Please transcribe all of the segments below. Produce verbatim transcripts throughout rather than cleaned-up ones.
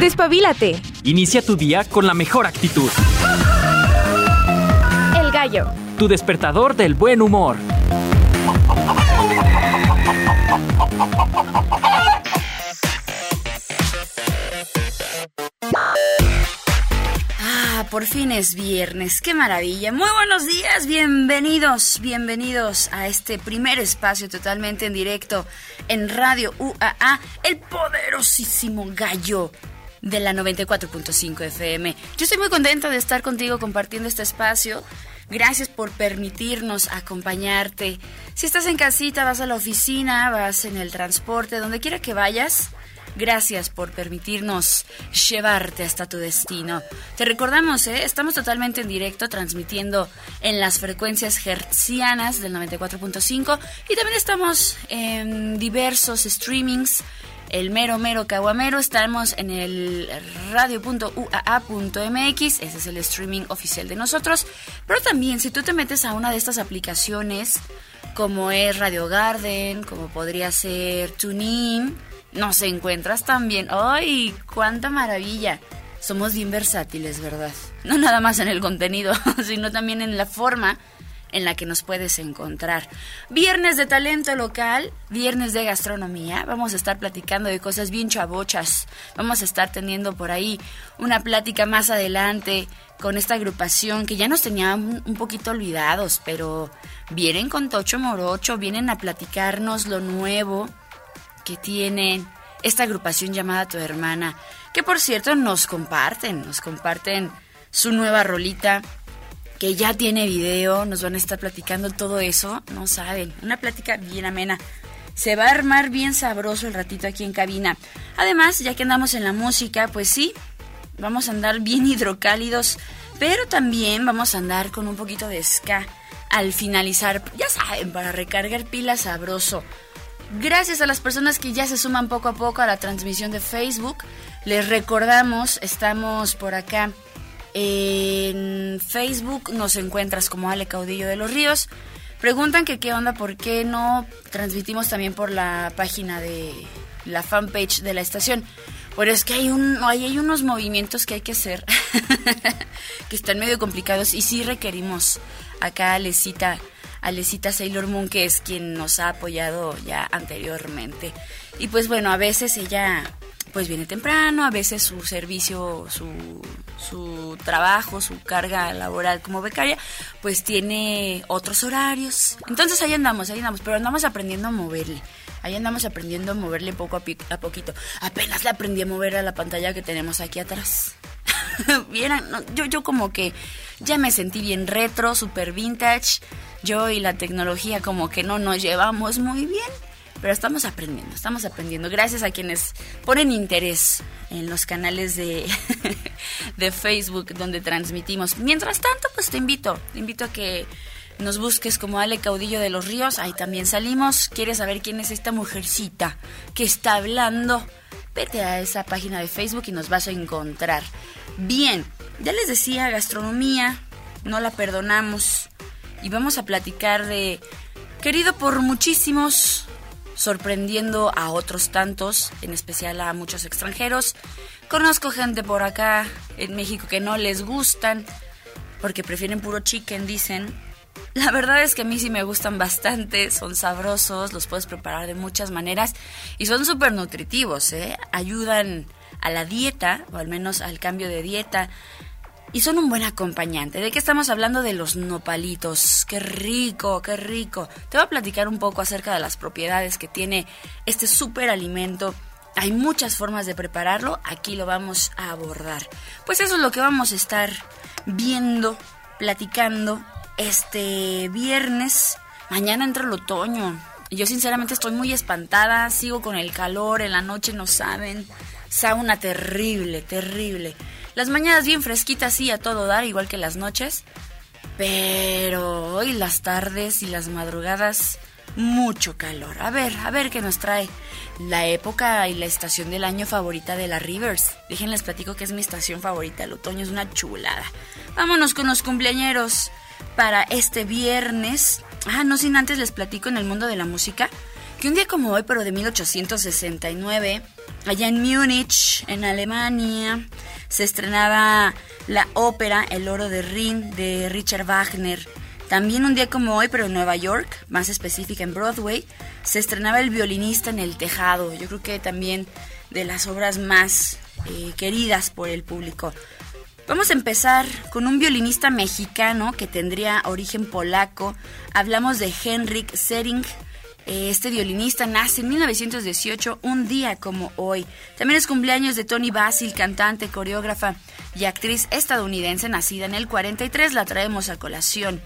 Despabilate. Inicia tu día con la mejor actitud. El gallo. Tu despertador del buen humor. Ah, por fin es viernes, qué maravilla. Muy buenos días, bienvenidos, bienvenidos a este primer espacio totalmente en directo en Radio U A A, el poderosísimo gallo de la noventa y cuatro punto cinco F M. Yo estoy muy contenta de estar contigo compartiendo este espacio. Gracias por permitirnos acompañarte. Si estás en casita, vas a la oficina, vas en el transporte, donde quiera que vayas, gracias por permitirnos llevarte hasta tu destino. Te recordamos, ¿eh? Estamos totalmente en directo, transmitiendo en las frecuencias hertzianas del noventa y cuatro punto cinco y también estamos en diversos streamings. El mero mero caguamero, estamos en el radio punto u a a punto m x, ese es el streaming oficial de nosotros, pero también si tú te metes a una de estas aplicaciones, como es Radio Garden, como podría ser TuneIn, nos encuentras también. ¡Ay, cuánta maravilla! Somos bien versátiles, ¿verdad? No nada más en el contenido, sino también en la forma en la que nos puedes encontrar. Viernes de talento local, viernes de gastronomía. Vamos a estar platicando de cosas bien chavochas. Vamos a estar teniendo por ahí una plática más adelante con esta agrupación que ya nos tenía un, un poquito olvidados, pero vienen con Tocho Morocho, vienen a platicarnos lo nuevo que tienen esta agrupación llamada Tu Hermana, que por cierto nos comparten, nos comparten su nueva rolita, que ya tiene video, nos van a estar platicando todo eso, no saben, una plática bien amena. Se va a armar bien sabroso el ratito aquí en cabina. Además, ya que andamos en la música, pues sí, vamos a andar bien hidrocálidos, pero también vamos a andar con un poquito de ska al finalizar, ya saben, para recargar pilas sabroso. Gracias a las personas que ya se suman poco a poco a la transmisión de Facebook. Les recordamos, estamos por acá en Facebook, nos encuentras como Ale Caudillo de los Ríos. Preguntan que qué onda, por qué no transmitimos también por la página de la fanpage de la estación. Pero es que hay, un, hay, hay unos movimientos que hay que hacer que están medio complicados y sí requerimos acá a Alecita, Alecita Sailor Moon, que es quien nos ha apoyado ya anteriormente. Y pues bueno, a veces ella pues viene temprano, a veces su servicio, su, su trabajo, su carga laboral como becaria, pues tiene otros horarios. Entonces ahí andamos, ahí andamos, pero andamos aprendiendo a moverle. Ahí andamos aprendiendo a moverle poco a, pi- a poquito. Apenas le aprendí a mover a la pantalla que tenemos aquí atrás. Vieran, no, yo, yo como que ya me sentí bien retro, super vintage. Yo y la tecnología como que no nos llevamos muy bien. Pero estamos aprendiendo, estamos aprendiendo. Gracias a quienes ponen interés en los canales de, de Facebook donde transmitimos. Mientras tanto, pues te invito, te invito a que nos busques como Ale Caudillo de los Ríos. Ahí también salimos. ¿Quieres saber quién es esta mujercita que está hablando? Vete a esa página de Facebook y nos vas a encontrar. Bien, ya les decía, gastronomía, no la perdonamos. Y vamos a platicar de querido por muchísimos, sorprendiendo a otros tantos, en especial a muchos extranjeros. Conozco gente por acá en México que no les gustan porque prefieren puro chicken, dicen. La verdad es que a mí sí me gustan bastante, son sabrosos, los puedes preparar de muchas maneras y son súper nutritivos, ¿eh? Ayudan a la dieta, o al menos al cambio de dieta, y son un buen acompañante. ¿De qué estamos hablando? De los nopalitos. ¡Qué rico, qué rico! Te voy a platicar un poco acerca de las propiedades que tiene este súper alimento. Hay muchas formas de prepararlo, aquí lo vamos a abordar. Pues eso es lo que vamos a estar viendo, platicando este viernes. Mañana entra el otoño. Yo sinceramente estoy muy espantada, sigo con el calor, en la noche no saben, sauna terrible, terrible. Las mañanas bien fresquitas, sí, a todo dar, igual que las noches. Pero hoy las tardes y las madrugadas, mucho calor. A ver, a ver qué nos trae la época y la estación del año favorita de la Rivers. Déjenles platico que es mi estación favorita, el otoño es una chulada. Vámonos con los cumpleañeros para este viernes. Ah, no sin antes les platico en el mundo de la música que un día como hoy, pero de mil ochocientos sesenta y nueve, allá en Múnich, en Alemania, se estrenaba la ópera El oro de Rin de Richard Wagner. También un día como hoy, pero en Nueva York, más específica en Broadway, se estrenaba El violinista en el tejado. Yo creo que también de las obras más eh, queridas por el público. Vamos a empezar con un violinista mexicano que tendría origen polaco. Hablamos de Henryk Sering. Este violinista nace en mil novecientos dieciocho, un día como hoy. También es cumpleaños de Toni Basil, cantante, coreógrafa y actriz estadounidense, nacida en el cuarenta y tres. La traemos a colación.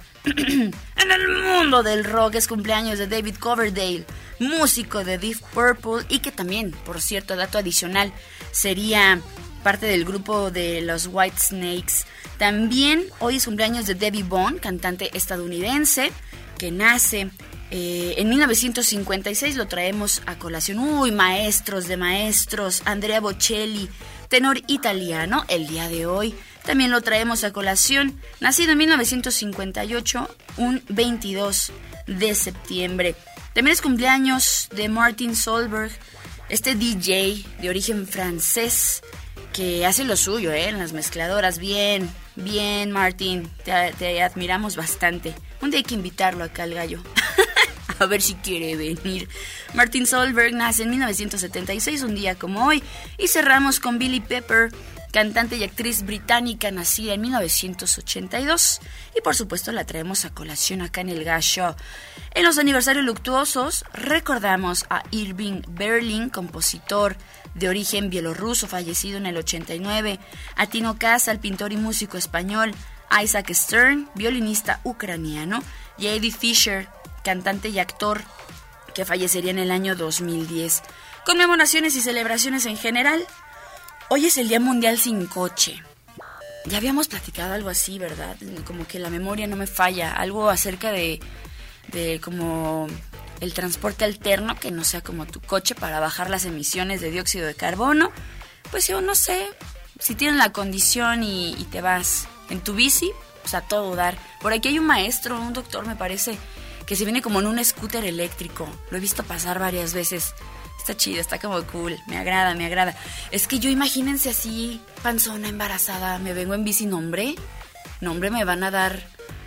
En el mundo del rock es cumpleaños de David Coverdale, músico de Deep Purple y que también, por cierto, dato adicional, sería parte del grupo de los Whitesnakes. También hoy es cumpleaños de Debbie Bond, cantante estadounidense, que nace eh, en mil novecientos cincuenta y seis. Lo traemos a colación. Uy, maestros de maestros, Andrea Bocelli, tenor italiano, el día de hoy. También lo traemos a colación. Nacido en mil novecientos cincuenta y ocho, un veintidós de septiembre. También es cumpleaños de Martin Solveig, este D J de origen francés, que hace lo suyo, ¿eh? En las mezcladoras. Bien, bien, Martín. Te, te admiramos bastante. Un día hay que invitarlo acá al gallo. A ver si quiere venir. Martin Solveig nace en mil novecientos setenta y seis, un día como hoy. Y cerramos con Billie Pepper, cantante y actriz británica, nacida en mil novecientos ochenta y dos. Y por supuesto la traemos a colación acá en el Gallo. En los aniversarios luctuosos recordamos a Irving Berlin, compositor de origen bielorruso, fallecido en el ochenta y nueve. A Tino Casal, pintor y músico español. Isaac Stern, violinista ucraniano. Y a Eddie Fisher, cantante y actor, que fallecería en el año dos mil diez. Conmemoraciones y celebraciones en general. Hoy es el Día Mundial Sin Coche. Ya habíamos platicado algo así, ¿verdad? Como que la memoria no me falla. Algo acerca de, de como el transporte alterno, que no sea como tu coche, para bajar las emisiones de dióxido de carbono. Pues yo no sé, si tienen la condición y, y te vas en tu bici, pues a todo dar. Por aquí hay un maestro, un doctor me parece, que se viene como en un scooter eléctrico. Lo he visto pasar varias veces. Está chido, está como cool, me agrada, me agrada. Es que yo, imagínense así, panzona, embarazada, me vengo en bici, no hombre, no hombre, me van a dar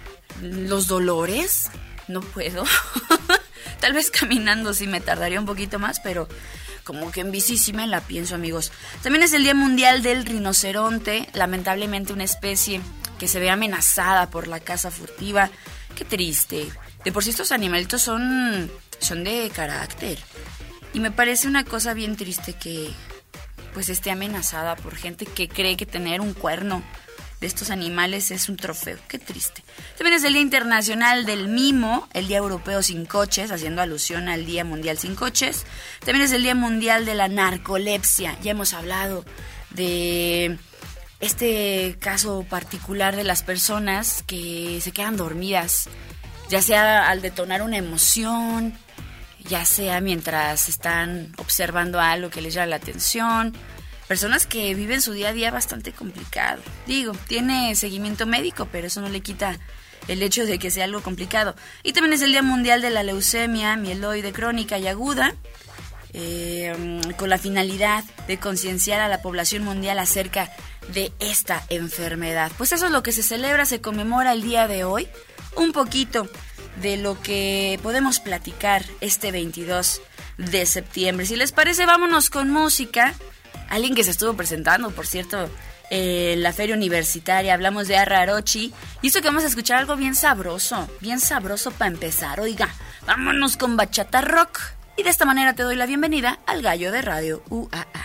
los dolores, no puedo. Tal vez caminando sí me tardaría un poquito más, pero como que en bici sí me la pienso, amigos. También es el Día Mundial del Rinoceronte, lamentablemente una especie que se ve amenazada por la caza furtiva. Qué triste. De por sí estos animalitos son, son de carácter. Y me parece una cosa bien triste que pues esté amenazada por gente que cree que tener un cuerno de estos animales es un trofeo. Qué triste. También es el Día Internacional del Mimo, el Día Europeo Sin Coches, haciendo alusión al Día Mundial Sin Coches. También es el Día Mundial de la Narcolepsia. Ya hemos hablado de este caso particular de las personas que se quedan dormidas, ya sea al detonar una emoción, ya sea mientras están observando algo que les llama la atención. Personas que viven su día a día bastante complicado. Digo, tiene seguimiento médico, pero eso no le quita el hecho de que sea algo complicado. Y también es el Día Mundial de la Leucemia Mieloide Crónica y Aguda, eh, con la finalidad de concienciar a la población mundial acerca de esta enfermedad. Pues eso es lo que se celebra, se conmemora el día de hoy. Un poquito de lo que podemos platicar este veintidós de septiembre. Si les parece, vámonos con música. Alguien que se estuvo presentando, por cierto, en eh, la feria universitaria. Hablamos de Arrarochi. Y esto que vamos a escuchar, algo bien sabroso. Bien sabroso para empezar. Oiga, vámonos con bachata rock. Y de esta manera te doy la bienvenida al Gallo de Radio U A A.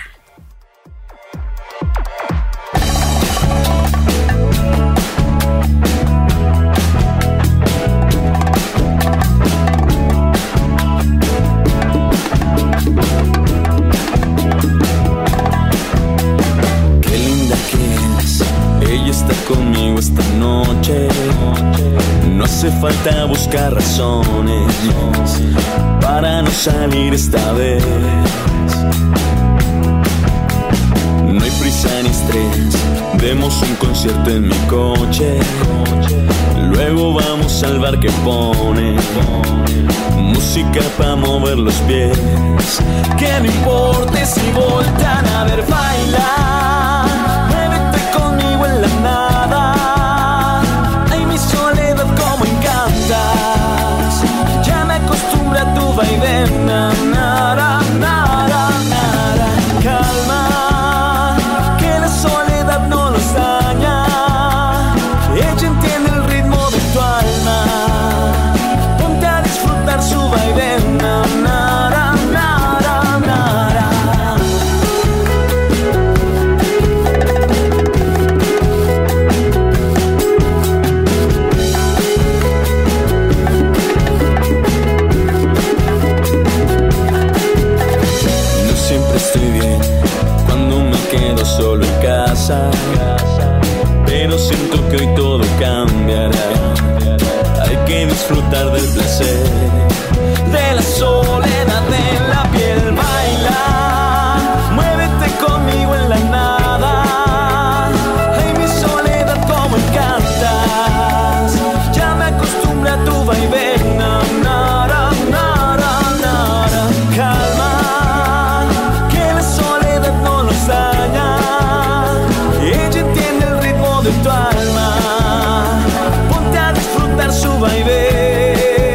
Está conmigo esta noche. No hace falta buscar razones para no salir esta vez. No hay prisa ni estrés Hacemos un concierto en mi coche, luego vamos al bar que pone música pa' mover los pies. Que no importe si voltan a ver bailar, muévete conmigo en la nada. Ay, mi soledad, como encantas, ya me acostumbro a tu vaivén. Na, nara, nara, nara. Calma, que la soledad no los daña. Ella entiende el ritmo de tu alma. Ponte a disfrutar su vaivén. Na, nara, nara, nara. No siempre estoy bien cuando me quedo solo en casa, pero siento que hoy todo cambiará. Hay que disfrutar del placer, de la soledad en la piel. Baila, muévete conmigo en la nada. Ay, mi soledad, como encantas, ya me acostumbré a tu vaivén. Na, nara, nara, nara. Calma, que la soledad no nos daña. Ella entiende el ritmo de tu alma. Ponte a disfrutar su vaivén.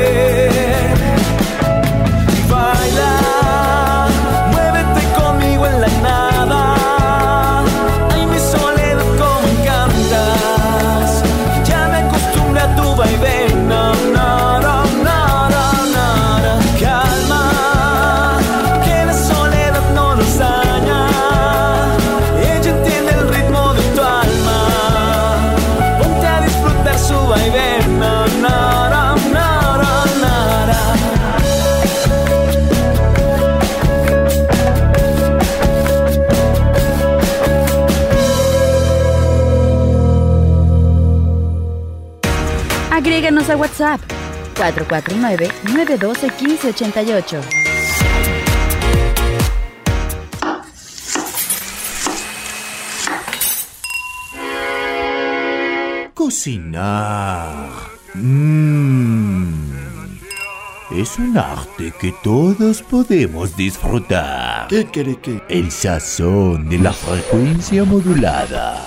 Baila, muévete conmigo en la nada. Ay, mi soledad, como encantas, ya me acostumbré a tu vaivén. Na, nara, nara, nara. Calma, que la soledad no nos daña. Ella entiende el ritmo de tu alma. Ponte a disfrutar su vaivén. Na, nara, nara, nara. Agréganos a WhatsApp cuatro cuatro nueve, nueve uno dos, uno cinco ocho ocho. Cocinar. Mmm. Es un arte que todos podemos disfrutar. ¿Qué quiere que? El sazón de la frecuencia modulada.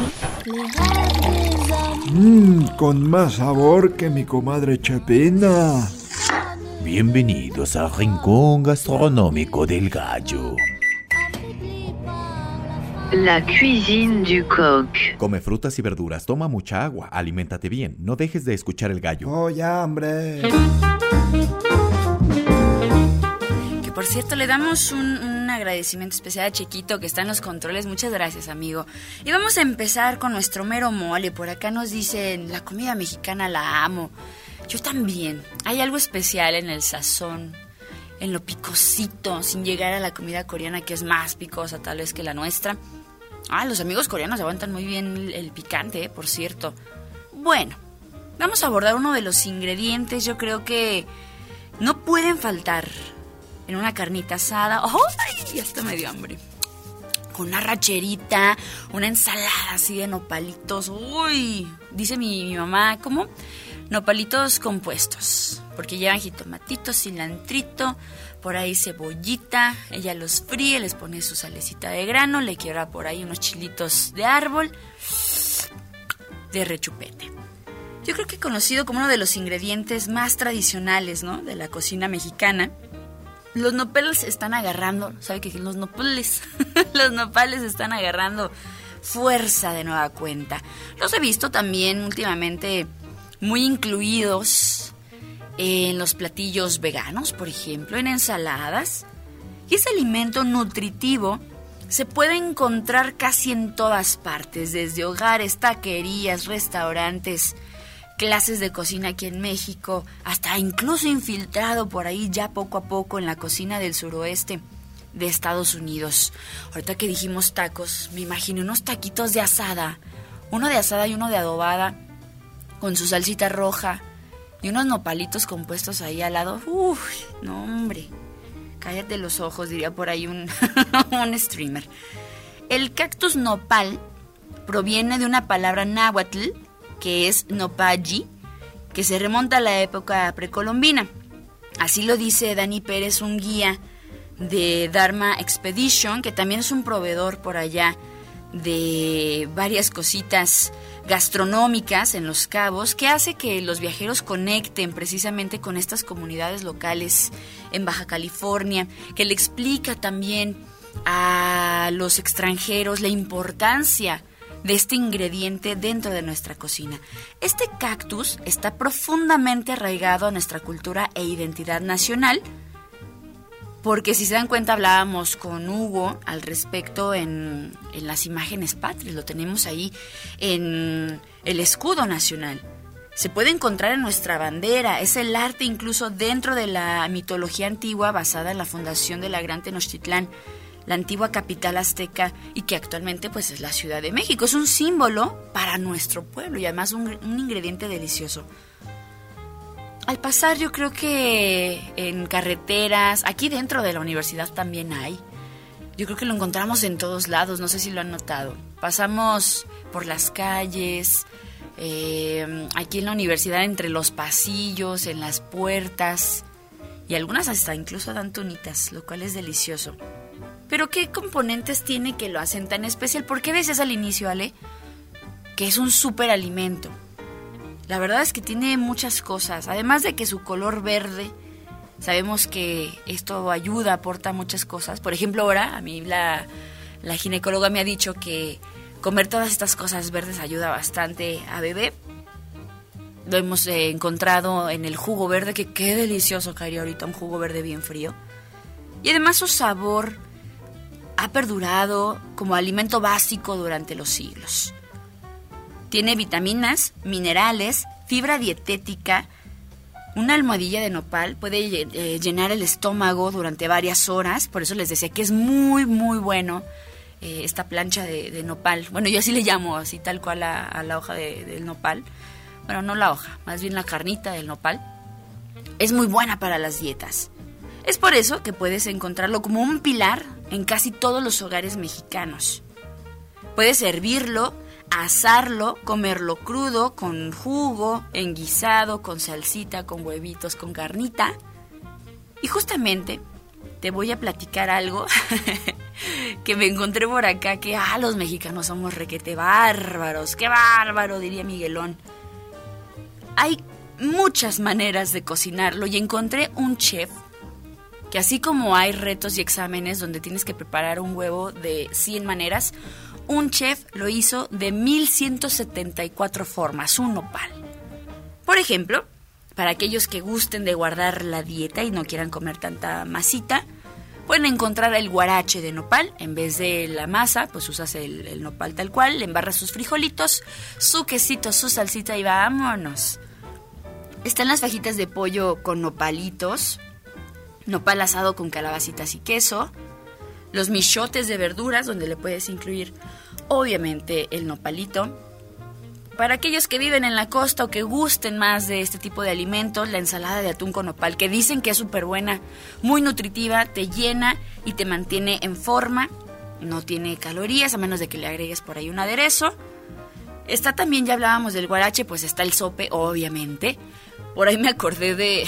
Mmm, con más sabor que mi comadre Chepina. Bienvenidos al rincón gastronómico del gallo. La cuisine du coq. Come frutas y verduras, toma mucha agua, aliméntate bien, no dejes de escuchar el gallo. Oh, ya, hombre. Que por cierto, le damos un, un agradecimiento especial a Chiquito, que está en los controles. Muchas gracias, amigo. Y vamos a empezar con nuestro mero mole. Por acá nos dicen, la comida mexicana la amo. Yo también. Hay algo especial en el sazón, en lo picosito, sin llegar a la comida coreana, que es más picosa tal vez que la nuestra. Ah, los amigos coreanos aguantan muy bien el, el picante, eh, por cierto. Bueno, vamos a abordar uno de los ingredientes, yo creo que no pueden faltar en una carnita asada. ¡Ay! Ya hasta me dio hambre. Con una racherita, una ensalada así de nopalitos. ¡Uy! Dice mi, mi mamá, ¿cómo? Nopalitos compuestos, porque llevan jitomatitos, cilantrito, por ahí cebollita. Ella los fríe, les pone su salecita de grano, le quiebra por ahí unos chilitos de árbol, de rechupete. Yo creo que conocido como uno de los ingredientes más tradicionales, ¿no?, de la cocina mexicana. Los nopales están agarrando, ¿sabe qué? Los nopales, los nopales están agarrando fuerza de nueva cuenta. Los he visto también últimamente muy incluidos en los platillos veganos, por ejemplo, en ensaladas. Y ese alimento nutritivo se puede encontrar casi en todas partes, desde hogares, taquerías, restaurantes, clases de cocina aquí en México, hasta incluso infiltrado por ahí ya poco a poco en la cocina del suroeste de Estados Unidos. Ahorita que dijimos tacos, me imaginé unos taquitos de asada, uno de asada y uno de adobada, con su salsita roja y unos nopalitos compuestos ahí al lado. Uf, no, hombre, cállate los ojos, diría por ahí un, un streamer. El cactus nopal proviene de una palabra náhuatl, que es nopalli, que se remonta a la época precolombina. Así lo dice Dani Pérez, un guía de Dharma Expedition, que también es un proveedor por allá de varias cositas gastronómicas en Los Cabos, que hace que los viajeros conecten precisamente con estas comunidades locales en Baja California, que le explica también a los extranjeros la importancia de este ingrediente dentro de nuestra cocina. Este cactus está profundamente arraigado a nuestra cultura e identidad nacional, porque si se dan cuenta hablábamos con Hugo al respecto en, en las imágenes patrias, lo tenemos ahí en el escudo nacional. Se puede encontrar en nuestra bandera, es el arte incluso dentro de la mitología antigua basada en la fundación de la Gran Tenochtitlán, la antigua capital azteca, y que actualmente pues es la Ciudad de México. Es un símbolo para nuestro pueblo y además un, un ingrediente delicioso. Al pasar, yo creo que en carreteras, aquí dentro de la universidad también hay. Yo creo que lo encontramos en todos lados, no sé si lo han notado. Pasamos por las calles, eh, aquí en la universidad, entre los pasillos, en las puertas, y algunas hasta incluso dan tunitas, lo cual es delicioso. Pero ¿qué componentes tiene que lo hacen tan especial? ¿Por qué decías al inicio, Ale, que es un súper alimento? La verdad es que tiene muchas cosas, además de que su color verde, sabemos que esto ayuda, aporta muchas cosas. Por ejemplo, ahora a mí la, la ginecóloga me ha dicho que comer todas estas cosas verdes ayuda bastante a bebé. Lo hemos eh, encontrado en el jugo verde, que qué delicioso caería ahorita un jugo verde bien frío. Y además su sabor ha perdurado como alimento básico durante los siglos. Tiene vitaminas, minerales, fibra dietética. Una almohadilla de nopal puede eh, llenar el estómago durante varias horas. Por eso les decía que es muy, muy bueno eh, esta plancha de, de nopal. Bueno, yo así le llamo, así tal cual a, a la hoja de, del nopal. Bueno, no la hoja, más bien la carnita del nopal. Es muy buena para las dietas. Es por eso que puedes encontrarlo como un pilar en casi todos los hogares mexicanos. Puedes servirlo, asarlo, comerlo crudo, con jugo, en guisado, con salsita, con huevitos, con carnita. Y justamente te voy a platicar algo que me encontré por acá, que ah, los mexicanos somos requete bárbaros, qué bárbaro, diría Miguelón. Hay muchas maneras de cocinarlo y encontré un chef que, así como hay retos y exámenes donde tienes que preparar un huevo de cien maneras, un chef lo hizo de mil ciento setenta y cuatro formas, un nopal. Por ejemplo, para aquellos que gusten de guardar la dieta y no quieran comer tanta masita, pueden encontrar el guarache de nopal. En vez de la masa, pues usas el, el nopal tal cual, le embarras sus frijolitos, su quesito, su salsita y vámonos. Están las fajitas de pollo con nopalitos, nopal asado con calabacitas y queso, los michotes de verduras, donde le puedes incluir obviamente el nopalito. Para aquellos que viven en la costa o que gusten más de este tipo de alimentos, la ensalada de atún con nopal, que dicen que es súper buena, muy nutritiva, te llena y te mantiene en forma, no tiene calorías a menos de que le agregues por ahí un aderezo. Está también, ya hablábamos del guarache, pues está el sope, obviamente. Por ahí me acordé de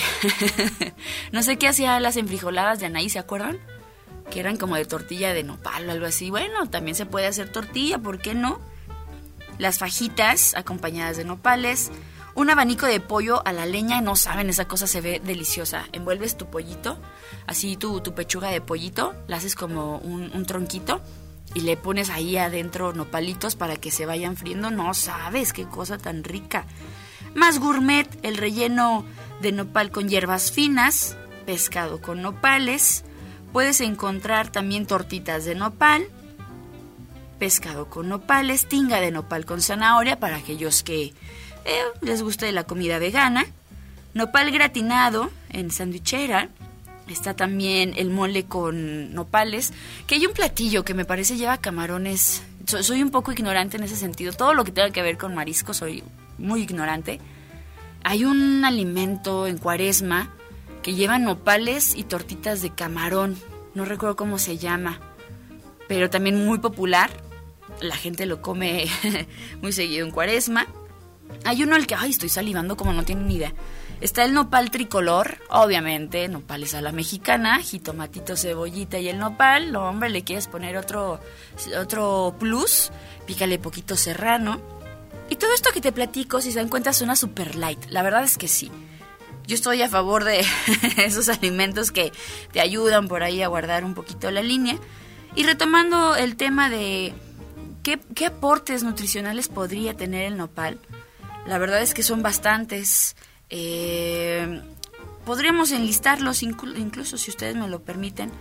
no sé qué hacía las enfrijoladas de Anaí, ¿se acuerdan? Que eran como de tortilla de nopal o algo así. Bueno, también se puede hacer tortilla, ¿por qué no? Las fajitas acompañadas de nopales, un abanico de pollo a la leña, no saben, esa cosa se ve deliciosa. Envuelves tu pollito, así tu, tu pechuga de pollito, la haces como un, un tronquito y le pones ahí adentro nopalitos para que se vayan friendo. No sabes qué cosa tan rica. Más gourmet, el relleno de nopal con hierbas finas, pescado con nopales. Puedes encontrar también tortitas de nopal, pescado con nopales, tinga de nopal con zanahoria para aquellos que eh, les guste la comida vegana, nopal gratinado en sandwichera. Está también el mole con nopales, que hay un platillo que me parece lleva camarones. So, soy un poco ignorante en ese sentido, todo lo que tenga que ver con mariscos soy muy ignorante. Hay un alimento en Cuaresma que lleva nopales y tortitas de camarón, no recuerdo cómo se llama, pero también muy popular. la gente lo come muy seguido en Cuaresma. Hay uno al que, ay, estoy salivando como no tienen ni idea. Está el nopal tricolor, obviamente, nopales a la mexicana, jitomatito, cebollita y el nopal. No, hombre, le quieres poner otro, otro plus, pícale poquito serrano. Y todo esto que te platico, si se dan cuenta, suena super light. La verdad es que sí. Yo estoy a favor de esos alimentos que te ayudan por ahí a guardar un poquito la línea. Y retomando el tema de qué, qué aportes nutricionales podría tener el nopal, la verdad es que son bastantes. Eh, podríamos enlistarlos inclu- incluso si ustedes me lo permiten.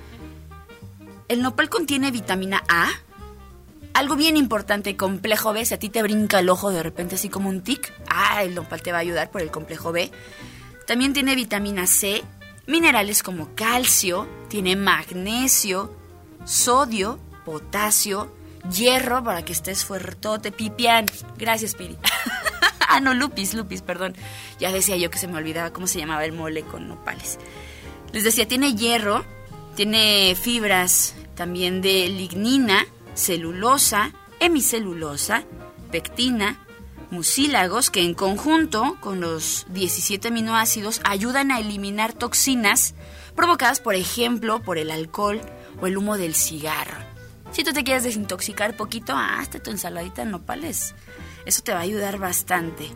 El nopal contiene vitamina A, algo bien importante, complejo B. Si a ti te brinca el ojo de repente así como un tic, ah, el nopal te va a ayudar por el complejo B. También tiene vitamina C, minerales como calcio, tiene magnesio, sodio, potasio, hierro para que estés fuertote, pipián. Gracias, Piri. Ah, no, lupis, lupis, perdón. Ya decía yo que se me olvidaba cómo se llamaba el mole con nopales. Les decía, tiene hierro, tiene fibras también de lignina, celulosa, hemicelulosa, pectina, mucílagos, que en conjunto con los diecisiete aminoácidos ayudan a eliminar toxinas provocadas, por ejemplo, por el alcohol o el humo del cigarro. Si tú te quieres desintoxicar poquito, hazte tu ensaladita de nopales. Eso te va a ayudar bastante.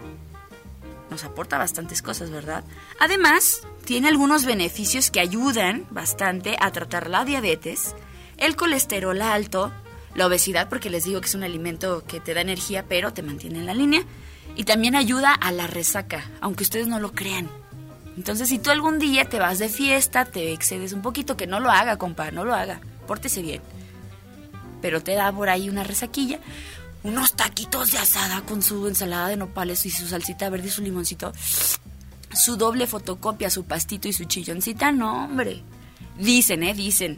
Nos aporta bastantes cosas, ¿verdad? Además, tiene algunos beneficios que ayudan bastante a tratar la diabetes, el colesterol alto, la obesidad, porque les digo que es un alimento que te da energía, pero te mantiene en la línea. Y también ayuda a la resaca, aunque ustedes no lo crean. Entonces, si tú algún día te vas de fiesta, te excedes un poquito, que no lo haga, compa, no lo haga. Pórtese bien. Pero te da por ahí una resaquilla, unos taquitos de asada con su ensalada de nopales y su salsita verde y su limoncito, su doble fotocopia, su pastito y su chilloncita, no, hombre. Dicen, ¿eh? Dicen.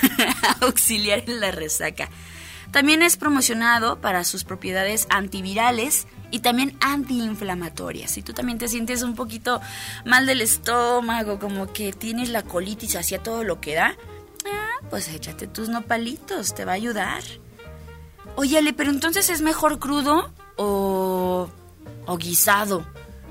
Auxiliar en la resaca. También es promocionado para sus propiedades antivirales y también antiinflamatorias. Si tú también te sientes un poquito mal del estómago, como que tienes la colitis hacia todo lo que da, ah, pues échate tus nopalitos, te va a ayudar. Óyale, pero entonces ¿es mejor crudo o, o guisado?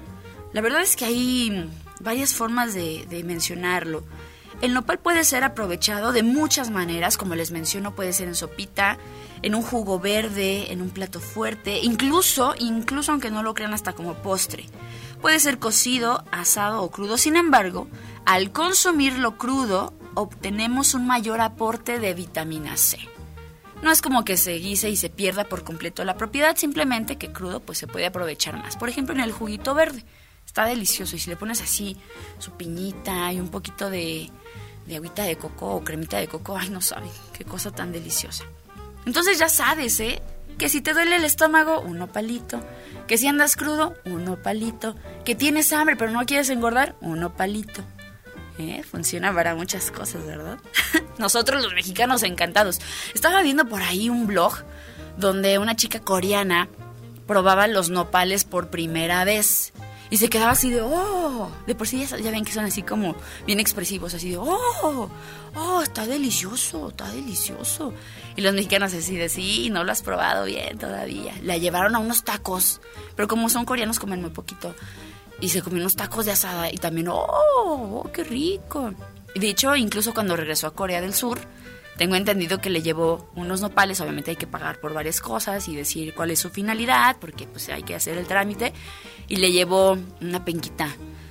La verdad es que hay varias formas de, de mencionarlo. El nopal puede ser aprovechado de muchas maneras, como les menciono, puede ser en sopita, en un jugo verde, en un plato fuerte, incluso, incluso aunque no lo crean, hasta como postre. Puede ser cocido, asado o crudo. Sin embargo, al consumirlo crudo, obtenemos un mayor aporte de vitamina C. No es como que se guise y se pierda por completo la propiedad, simplemente que crudo pues se puede aprovechar más. Por ejemplo, en el juguito verde, está delicioso. Y si le pones así su piñita y un poquito de, de agüita de coco o cremita de coco, ay, no saben, qué cosa tan deliciosa. Entonces ya sabes, ¿eh? Que si te duele el estómago, un nopalito. Que si andas crudo, un nopalito. Que tienes hambre pero no quieres engordar, un nopalito. ¿Eh? Funciona para muchas cosas, ¿verdad? Nosotros los mexicanos encantados. Estaba viendo por ahí un blog donde una chica coreana probaba los nopales por primera vez y se quedaba así de ¡oh! De por sí ya, ya ven que son así como bien expresivos, así de ¡oh! ¡Oh! Está delicioso, está delicioso. Y los mexicanos así de sí, no lo has probado bien todavía. La llevaron a unos tacos, pero como son coreanos comen muy poquito. Y se comió unos tacos de asada y también, ¡oh! ¡Oh, qué rico! Y de hecho, incluso cuando regresó a Corea del Sur, tengo entendido que le llevó unos nopales. Obviamente hay que pagar por varias cosas y decir cuál es su finalidad, porque pues hay que hacer el trámite. Y le llevó una penquita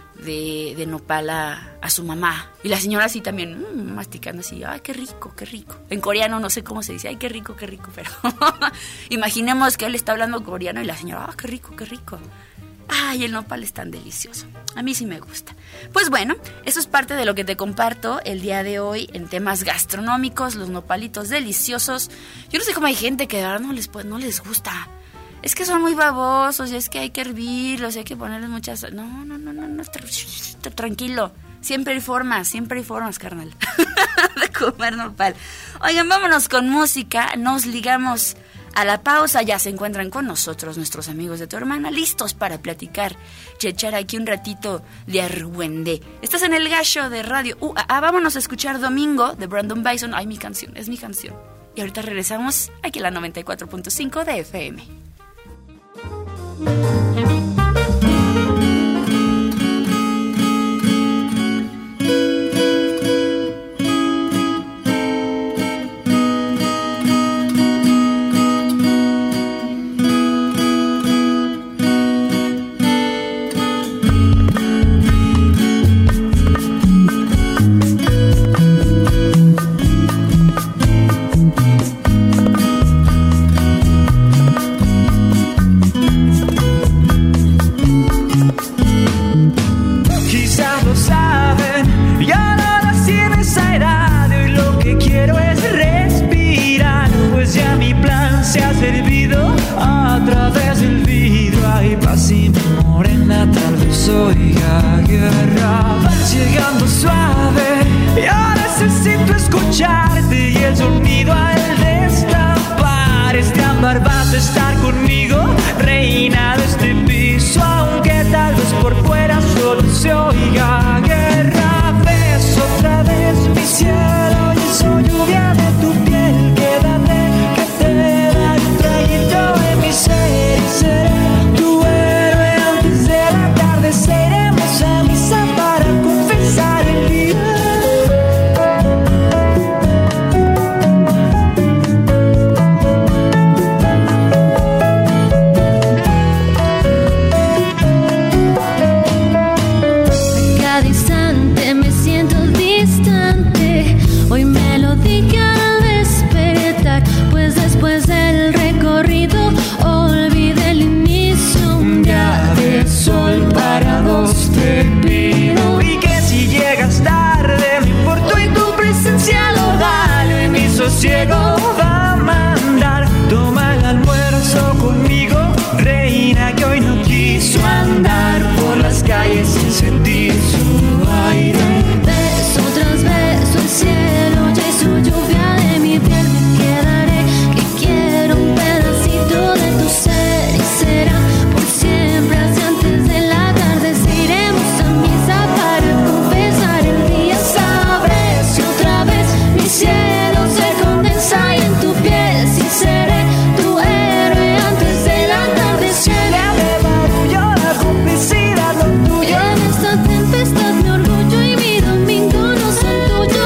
de, de nopal a, a su mamá. Y la señora así también, mmm, masticando así, ¡ay, qué rico, qué rico! En coreano no sé cómo se dice, ¡ay, qué rico, qué rico! Pero imaginemos que él está hablando coreano y la señora, ¡ah, qué rico, qué rico! Ay, el nopal es tan delicioso. A mí sí me gusta. Pues bueno, eso es parte de lo que te comparto el día de hoy en temas gastronómicos, los nopalitos deliciosos. Yo no sé cómo hay gente que de verdad no les, no les gusta. Es que son muy babosos y es que hay que hervirlos y hay que ponerles muchas... No, no, no, no, no, tranquilo. Siempre hay formas, siempre hay formas, carnal, de comer nopal. Oigan, vámonos con música, nos ligamos... A la pausa. Ya se encuentran con nosotros nuestros amigos de Tu Hermana, listos para platicar y echar aquí un ratito de argüende. Estás en el gallo de Radio U A A. Vámonos a escuchar Domingo de Brandon Bison. Ay, mi canción, es mi canción. Y ahorita regresamos aquí a la noventa y cuatro punto cinco de F M. Oiga, guerra, vas llegando suave. Yo necesito escucharte y el sonido al destapar este ámbar vas a estar conmigo, reina de este piso, aunque tal vez por fuera solo se oiga guerra. Ves otra vez mi cielo y soy lluvia de tu piel. Quédate que te da un traguito de mi ser y seré tu héroe antes de la tarde. Seremos a misa para confesar el día. Cada instante me siento distante. Hoy me lo dije al despertar, pues después del recorrido olvidé el inicio. Un día de sol para dos te pido. Y que si llegas tarde no importa y tu presencia lo vale. Mi sosiego va a mandar. Toma el almuerzo conmigo, reina que hoy no quiso andar por las calles sin sentir su aire. Beso tras beso el cielo ya hizo lluvia de mi piel. Me quedaré que quiero un pedacito de tu ser y será por siempre hasta antes de la tarde. Iremos a misa para confesar el día. Sabré si otra vez mi cielo se condensa y en tu piel sí seré tu héroe antes de la tarde. Será de barullo la complicidad lo tuyo. En esta tempestad mi orgullo y mi domingo no son tuyos.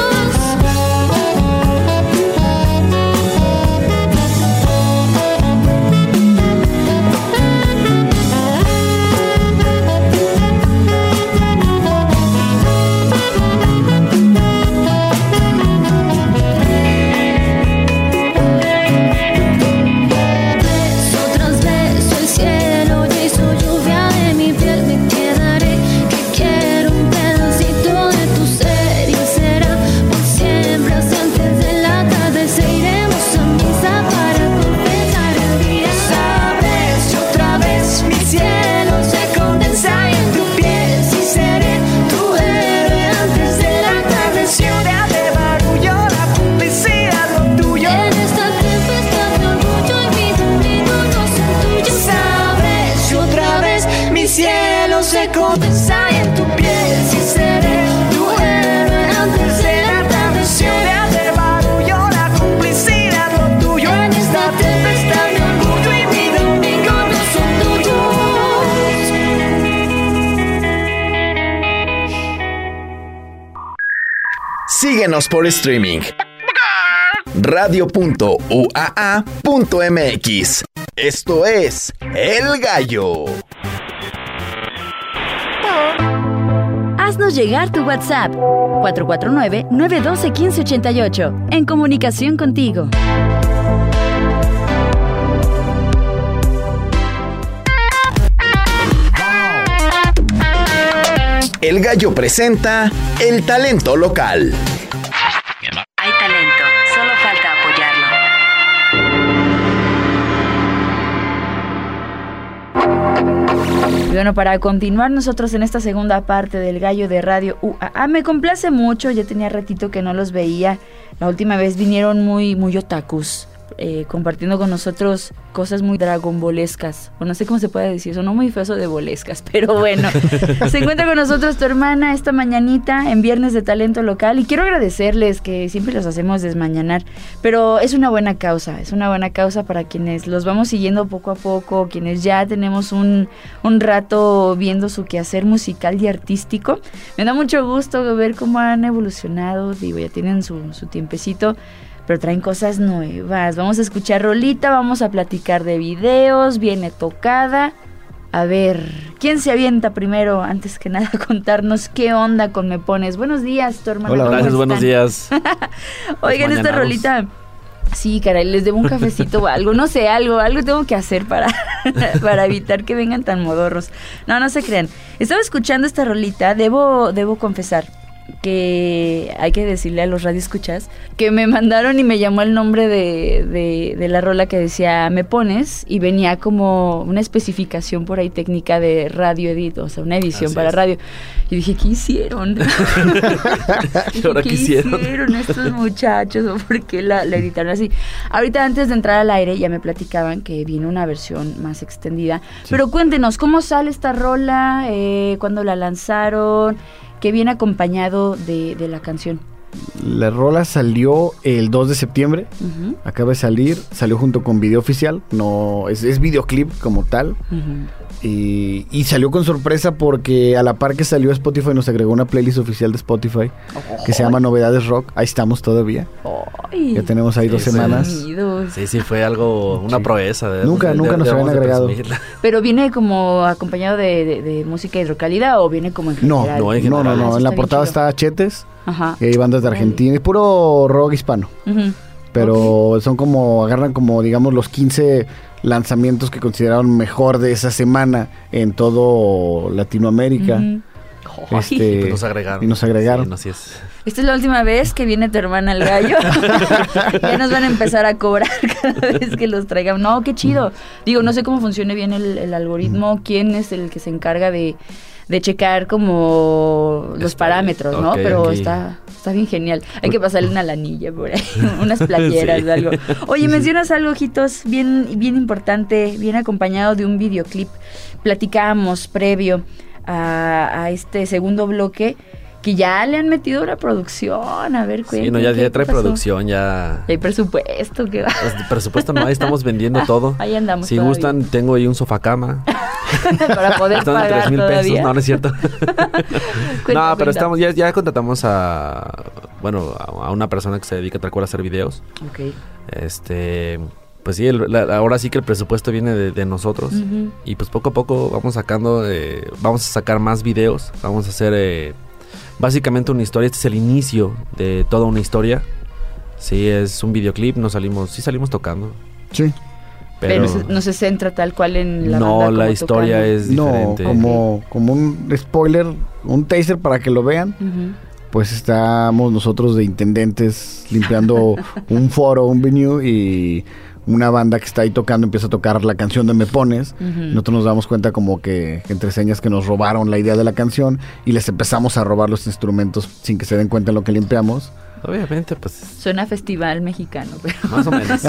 Beso tras beso el cielo ya hizo lluvia de mi piel. Me quedaré que quiero un pedacito de tu ser y será por siempre hasta antes de la tarde. Iremos a misa para confesar el día. Sabré si otra vez mi cielo se condensa y en tu piel sí seré tu héroe antes de la tarde. Ciudad de barullo, la complicidad lo tuyo. En esta tempestad mi orgullo y mi domingo no son tuyos. Sabré si otra vez mi cielo se condensa y en tu piel sí seré tu héroe antes de la tarde. Ciudad de barullo, la complicidad lo tuyo. En esta tempestad mi orgullo y mi domingo no son tuyos. Síguenos por streaming. radio punto u a a punto m x. Esto es El Gallo. Haznos llegar tu WhatsApp cuatro cuatro nueve, nueve uno dos, uno cinco ocho ocho. En comunicación contigo. El Gallo presenta El Talento Local. Hay talento, solo falta apoyarlo. Y bueno, para continuar nosotros en esta segunda parte del Gallo de Radio U A A, me complace mucho, ya tenía ratito que no los veía. La última vez vinieron muy, muy otakus, eh, compartiendo con nosotros cosas muy dragonbolescas, o no sé cómo se puede decir, sonó muy feo eso de bolescas, pero bueno. Se encuentra con nosotros tu hermana esta mañanita en Viernes de Talento Local, y quiero agradecerles que siempre los hacemos desmañanar, pero es una buena causa, es una buena causa para quienes los vamos siguiendo poco a poco, quienes ya tenemos un, un rato viendo su quehacer musical y artístico. Me da mucho gusto ver cómo han evolucionado, digo, ya tienen su, su tiempecito, pero traen cosas nuevas. Vamos a escuchar rolita, vamos a platicar de videos, viene tocada. A ver, ¿quién se avienta primero? Antes que nada, contarnos qué onda con Me Pones. Buenos días, tu hermano. Hola, gracias, buenos días. Oigan, esta rolita... Sí, caray, les debo un cafecito o algo, no sé, algo, algo tengo que hacer para, para evitar que vengan tan modorros. No, no se crean. Estaba escuchando esta rolita, debo, debo confesar que hay que decirle a los radioescuchas que me mandaron y me llamó el nombre de, de, de la rola que decía Me Pones, y venía como una especificación por ahí técnica de radio edit, o sea, una edición Así para es. radio. Y dije, ¿qué hicieron? ¿Qué hora ¿Qué hicieron? hicieron estos muchachos? ¿O por qué la, la editaron así? Ahorita, antes de entrar al aire, ya me platicaban que viene una versión más extendida. Sí. Pero cuéntenos, ¿cómo sale esta rola? Eh, ¿Cuándo la lanzaron? ¿Qué viene acompañado de, de la canción? La rola salió el dos de septiembre, uh-huh. acaba de salir, salió junto con video oficial, no es, es videoclip como tal, uh-huh. y, y salió con sorpresa porque a la par que salió Spotify nos agregó una playlist oficial de Spotify oh, que se llama Novedades Rock, ahí estamos todavía, oh, ya tenemos ahí sí, dos semanas. Sonidos. Sí, sí, fue algo, una sí. proeza. De, nunca, de, nunca de, nos de, habían agregado. Pero viene como acompañado de, de, de música hidrocálida o viene como en general. No, no, en, general. no, no, no. en la portada está Chetes. Ajá. Y hay bandas de Argentina, es puro rock hispano. Uh-huh. Pero okay. son como, agarran como, digamos, los quince lanzamientos que consideraron mejor de esa semana en todo Latinoamérica. Uh-huh. Este, y pues nos agregaron. Y nos agregaron. Sí, no, sí es. Esta es la última vez que viene tu hermana al gallo. Ya nos van a empezar a cobrar cada vez que los traigan. No, qué chido. Digo, no sé cómo funcione bien el, el algoritmo, quién es el que se encarga de... de checar como los está parámetros, bien. ¿no? Okay, Pero okay. está está bien genial. Hay que pasarle una lanilla por ahí, unas playeras sí. o algo. Oye, sí, mencionas sí. algo, ojitos, bien, bien importante, bien acompañado de un videoclip. Platicábamos previo a, a este segundo bloque que ya le han metido una producción, a ver, cuéntame. Sí, no, ya, ya trae producción, ya... Hay presupuesto, ¿qué va? Pues, presupuesto no, ahí estamos vendiendo todo. Ahí andamos Si todavía. gustan, tengo ahí un sofacama. Para poder Están pagar tres mil pesos, no, no es cierto. cuenta, no, pero estamos, ya, ya contratamos a, bueno, a una persona que se dedica tal cual a hacer videos. Ok. Este... Pues sí, el, la, ahora sí que el presupuesto viene de, de nosotros. Uh-huh. Y pues poco a poco vamos sacando, eh, vamos a sacar más videos, vamos a hacer... Eh, básicamente una historia, este es el inicio de toda una historia. Sí, es un videoclip, no salimos, sí salimos tocando. Sí. Pero, pero no, se, no se centra tal cual en la no, banda la historia tocando. Es diferente. No, como, como un spoiler, un teaser para que lo vean. Uh-huh. Pues estamos nosotros de intendentes limpiando un foro, un venue, y una banda que está ahí tocando empieza a tocar la canción de Me Pones. Uh-huh. Nosotros nos damos cuenta como que entre señas que nos robaron la idea de la canción y les empezamos a robar los instrumentos sin que se den cuenta en lo que limpiamos. Obviamente, pues... Suena a festival mexicano, pero... Más o menos.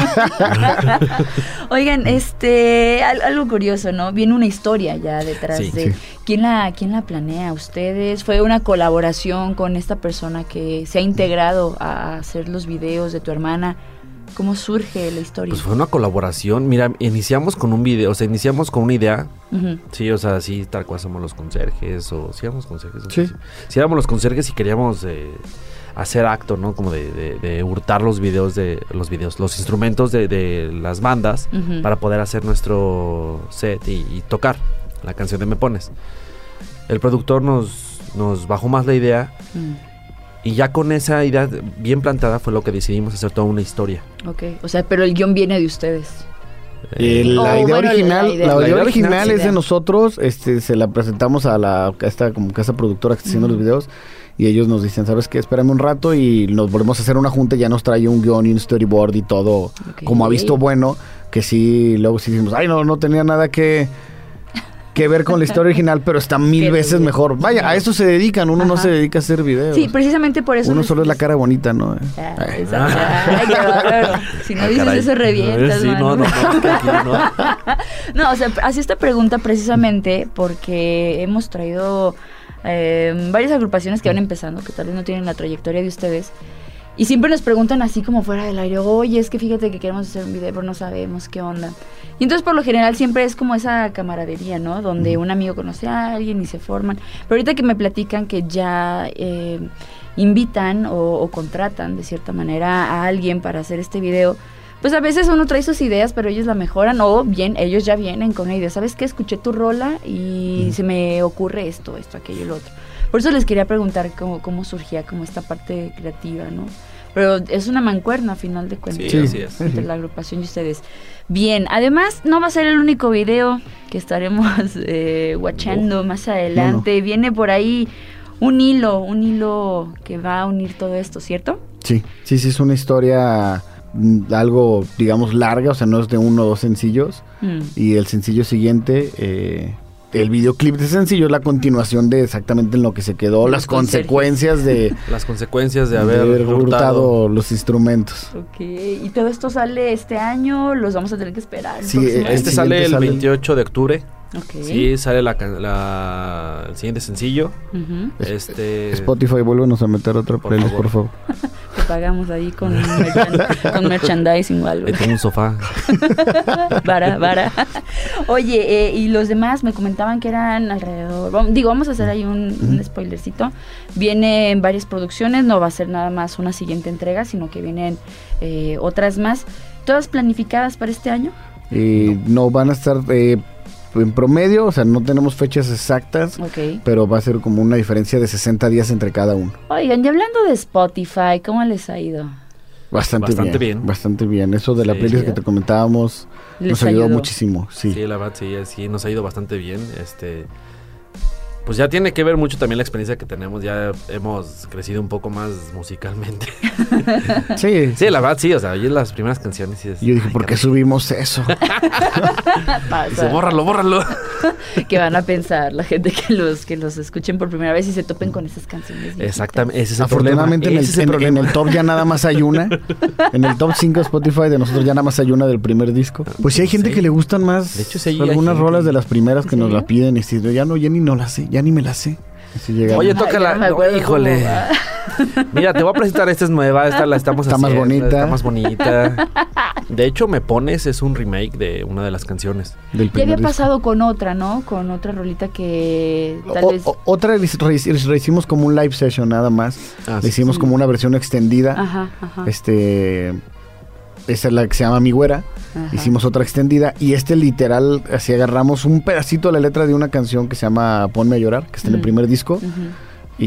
Oigan, este... algo curioso, ¿no? Viene una historia ya detrás sí, de... Sí. ¿Quién la, quién la planea? ¿Ustedes? ¿Fue una colaboración con esta persona que se ha integrado a hacer los videos de tu hermana? ¿Cómo surge la historia? Pues fue una colaboración. Mira, iniciamos con un video, o sea, iniciamos con una idea. Uh-huh. Sí, o sea, sí, tal cual somos los conserjes, o si éramos conserjes. Sí. Si sí, éramos los conserjes y queríamos eh, hacer acto, ¿no? Como de, de, de hurtar los videos de, los videos, los instrumentos de, de las bandas uh-huh. para poder hacer nuestro set y, y tocar la canción de Me Pones. El productor nos, nos bajó más la idea. Uh-huh. Y ya con esa idea bien plantada fue lo que decidimos hacer toda una historia. Ok, o sea, pero el guión viene de ustedes. Eh, la, oh, idea bueno, original, la, idea. la idea, la idea original, original es de nosotros, este, se la presentamos a la a esta como casa productora que está haciendo uh-huh. los videos, y ellos nos dicen, ¿sabes qué? Espérame un rato y nos volvemos a hacer una junta, y ya nos trae un guión y un storyboard y todo, okay. como ha visto bueno, que sí, luego sí decimos, ay, no, no tenía nada que... que ver con la historia original, pero está mil Qué veces bien. mejor. Vaya, a eso se dedican, uno no Ajá. se dedica a hacer videos. Sí, precisamente por eso. Uno les- solo es la cara bonita, ¿no? Ah, Ay. exacto. Ay, qué bárbaro. Si no Ah, dices caray. eso, revientas, Sí, mano. no, no, no, tranquilo, no. No, o sea, hacía esta pregunta precisamente porque hemos traído eh, varias agrupaciones que van empezando, que tal vez no tienen la trayectoria de ustedes, y siempre nos preguntan así como fuera del aire, oye, es que fíjate que queremos hacer un video, pero no sabemos qué onda. Y entonces por lo general siempre es como esa camaradería, ¿no? Donde un amigo conoce a alguien y se forman. Pero ahorita que me platican que ya eh, invitan o, o contratan de cierta manera a alguien para hacer este video, pues a veces uno trae sus ideas, pero ellos la mejoran, o bien, ellos ya vienen con una idea. ¿Sabes qué? Escuché tu rola y mm. se me ocurre esto, esto, aquello y lo otro. Por eso les quería preguntar cómo, cómo surgía como esta parte creativa, ¿no? Pero es una mancuerna a final de cuentas. Sí, así es. Entre la agrupación y ustedes. Bien, además no va a ser el único video que estaremos eh, watchando más adelante. No, no. Viene por ahí un hilo, un hilo que va a unir todo esto, ¿cierto? Sí, sí, sí, es una historia algo, digamos, larga, o sea, no es de uno o dos sencillos. Mm. Y el sencillo siguiente, eh, el videoclip de sencillo es la continuación de exactamente en lo que se quedó, las consecuencias de... Las consecuencias de haber, de haber hurtado. hurtado los instrumentos. Ok, y todo esto sale este año, los vamos a tener que esperar. Sí, este sale el sale veintiocho de octure. Okay. Sí, sale la, la, el siguiente sencillo. Uh-huh. Este Spotify, vuélvenos a meter otra por playlist, favor. por favor. Te pagamos ahí con, merchan- con merchandising o algo. Ahí tengo un sofá. Vara, vara. Oye, eh, y los demás me comentaban que eran alrededor. Vamos, digo, vamos a hacer ahí un, uh-huh. un spoilercito. Vienen varias producciones, no va a ser nada más una siguiente entrega, sino que vienen eh, otras más. ¿Todas planificadas para este año? Eh, no. no van a estar eh, en promedio, o sea, no tenemos fechas exactas, okay. pero va a ser como una diferencia de sesenta días entre cada uno. Oigan, y hablando de Spotify, ¿cómo les ha ido? Bastante, bastante bien, bien. Bastante bien. Eso de la sí, playlist sí. que te comentábamos les nos ayudó, ayudó muchísimo. Sí. sí, la verdad, sí, sí, nos ha ido bastante bien. Este... Pues ya tiene que ver mucho también la experiencia que tenemos, ya hemos crecido un poco más musicalmente. Sí. Sí, la verdad sí, o sea, oye las primeras canciones y es, yo dije, ¿por qué subimos eso? Dice, bórralo, bórralo. ¿Qué van a pensar la gente que los que los escuchen por primera vez y se topen con esas canciones? Exactamente, ese es el Afortunadamente problema. En, el, ese es el en, en el top ya nada más hay una. En el top cinco de Spotify de nosotros ya nada más hay una del primer disco. Pues sí hay gente sí. que le gustan más de hecho, sí, algunas rolas de las primeras que ¿Sí? nos la piden y si ya no, ya ni no la sé, ya ni me la sé. Oye, tócala. No no, híjole. Mira, te voy a presentar, esta es nueva, esta la estamos está haciendo. Más bonita. Está más bonita. De hecho, Me Pones es un remake de una de las canciones. Del ya había disco. pasado con otra, ¿no? Con otra rolita que tal o, vez... O, otra le hicimos como un live session nada más. Ah, le hicimos sí. como una versión extendida. Ajá, ajá. Este... Esa es la que se llama Mi Güera. Ajá. Hicimos otra extendida. Y este literal, así agarramos un pedacito de la letra de una canción que se llama Ponme a Llorar, que está uh-huh. en el primer disco. Uh-huh.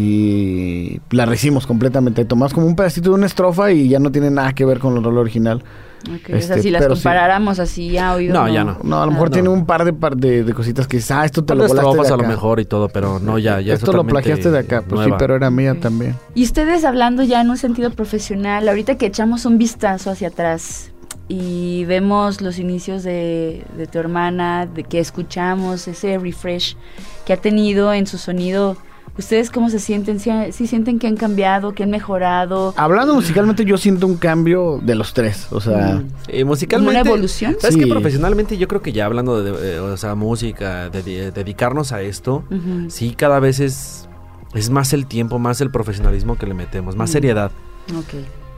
Y la rehicimos completamente. Tomamos como un pedacito de una estrofa y ya no tiene nada que ver con el rol original. Okay, este, o sea, si las comparáramos sí. así ya oído. No, no, ya no. No, a lo mejor no. tiene un par de, par de, de cositas que dices, ah, esto te Con lo volaste estrofas de acá. a lo mejor y todo, pero no, ya, ya esto lo plagiaste de acá, pues sí, pero era mía okay. también. Y ustedes hablando ya en un sentido profesional, ahorita que echamos un vistazo hacia atrás y vemos los inicios de, de tu hermana, de que escuchamos ese refresh que ha tenido en su sonido, ¿ustedes cómo se sienten? ¿Sí, sí sienten que han cambiado, que han mejorado? Hablando musicalmente yo siento un cambio de los tres, o sea... Eh, musicalmente... ¿Una evolución? ¿Sabes sí. que profesionalmente yo creo que ya hablando de, de o sea, música, de, de dedicarnos a esto, uh-huh. sí, cada vez es, es más el tiempo, más el profesionalismo que le metemos, más uh-huh. seriedad. Ok.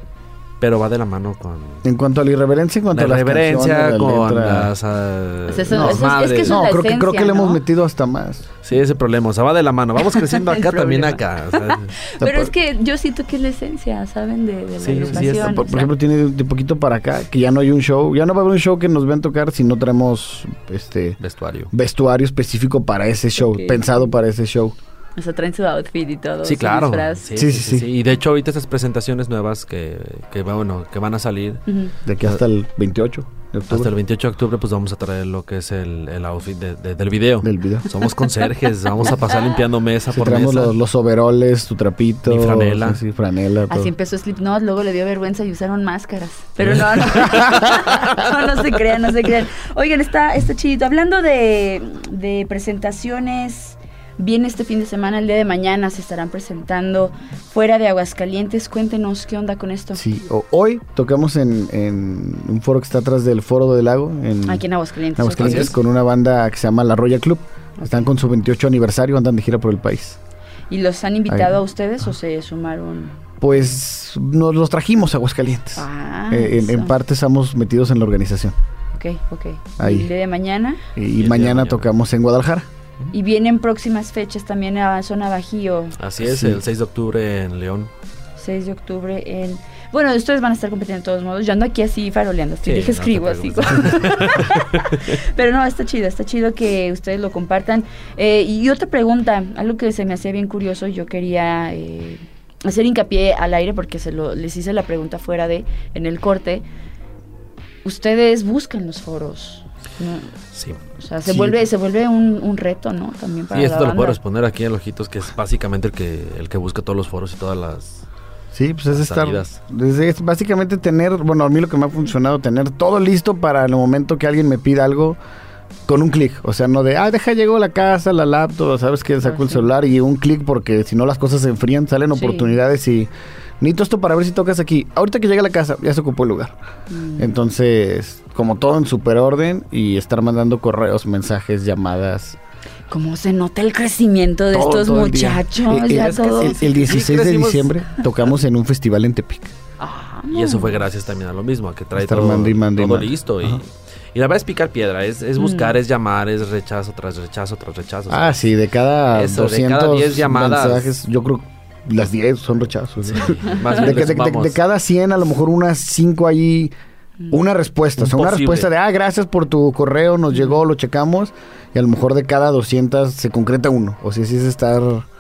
Pero va de la mano con... En cuanto a la irreverencia, en cuanto la a las irreverencia, canciones, con la las... Uh, pues eso, no, eso, es que eso no, es creo, esencia, que, creo que ¿no? le hemos metido hasta más. Sí, ese problema, o sea, va de la mano. Vamos creciendo acá, también acá. O sea, pero es que yo siento que es la esencia, ¿saben? De, de la sí, agrupación. Sí, por, por ejemplo, tiene de poquito para acá, que ya no hay un show, ya no va a haber un show que nos vean tocar si no traemos este vestuario. Vestuario específico para ese show, okay. pensado para ese show. O sea, traen su outfit y todo. Sí, claro. Sí sí sí, sí, sí. Y de hecho, ahorita estas presentaciones nuevas que, que, bueno, que van a salir. Uh-huh. De aquí hasta el veintiocho. de octubre. Hasta el veintiocho de octubre pues vamos a traer lo que es el, el outfit de, de, del video. Del video. Somos conserjes, vamos a pasar limpiando mesa sí, por traemos mesa. Los, los overoles, tu trapito. Mi franela. Sí, sí, franela. Todo. Así empezó Slipknot, luego le dio vergüenza y usaron máscaras. Pero no, no, no, no se crean, no se crean. Oigan, está, está chidito. Hablando de, de presentaciones, viene este fin de semana, el día de mañana se estarán presentando fuera de Aguascalientes. Cuéntenos qué onda con esto. Sí, o, hoy tocamos en, en un foro que está atrás del Foro del Lago. En, Aquí en Aguascalientes. En Aguascalientes con una banda que se llama La Royal Club. Okay. Están con su veintiocho aniversario, andan de gira por el país. ¿Y los han invitado Ahí. a ustedes o se sumaron? Pues nos los trajimos a Aguascalientes. Ah, eh, en, en parte estamos metidos en la organización. Ok, ok. Ahí. ¿Y el día de mañana? Y, y, y mañana, mañana tocamos en Guadalajara. Y vienen próximas fechas también a Zona Bajío. Así es, sí. El seis de octubre en León. seis de octubre en... Bueno, ustedes van a estar compitiendo de todos modos. Yo ando aquí así faroleando. Estoy, sí, dije, no escribo así. Pero no, está chido, está chido que ustedes lo compartan. Eh, y otra pregunta, algo que se me hacía bien curioso, yo quería eh, hacer hincapié al aire porque se lo, les hice la pregunta fuera de, en el corte. Ustedes buscan los foros. No. Sí. O sea, se sí. vuelve se vuelve un, un reto, ¿no? También para sí, la esto te banda. lo puedo responder aquí en Ojitos, que es básicamente el que el que busca todos los foros y todas las Sí, pues es estar salidas. Es básicamente tener, bueno, a mí lo que me ha funcionado, tener todo listo para el momento que alguien me pida algo con un clic. O sea, no de, ah, deja, llegó la casa, la laptop, sabes que saco oh, el sí. celular y un clic, porque si no las cosas se enfrían, salen sí. oportunidades y necesito esto para ver si tocas aquí. Ahorita que llega a la casa, ya se ocupó el lugar. Mm. Entonces, como todo en super orden y estar mandando correos, mensajes, llamadas. ¿Cómo se nota el crecimiento de todo, estos todo muchachos? El, ya el, todo. el, el dieciséis sí, de diciembre tocamos en un festival en Tepic. Ah, y eso fue gracias también a lo mismo, a que trae estar todo, mando y mando todo y listo. Y, y la verdad es picar piedra, es, es buscar, mm. es llamar, es rechazo tras rechazo tras rechazo. Ah, ¿sabes? Sí, de cada eso, doscientos de cada diez llamadas, mensajes, yo creo las diez son rechazos. Sí, más de, de, de, de cada cien, a lo mejor unas cinco ahí, una respuesta. O sea, una respuesta de, ah, gracias por tu correo, nos llegó, lo checamos. Y a lo mejor de cada doscientas se concreta uno. O sea, sí es estar...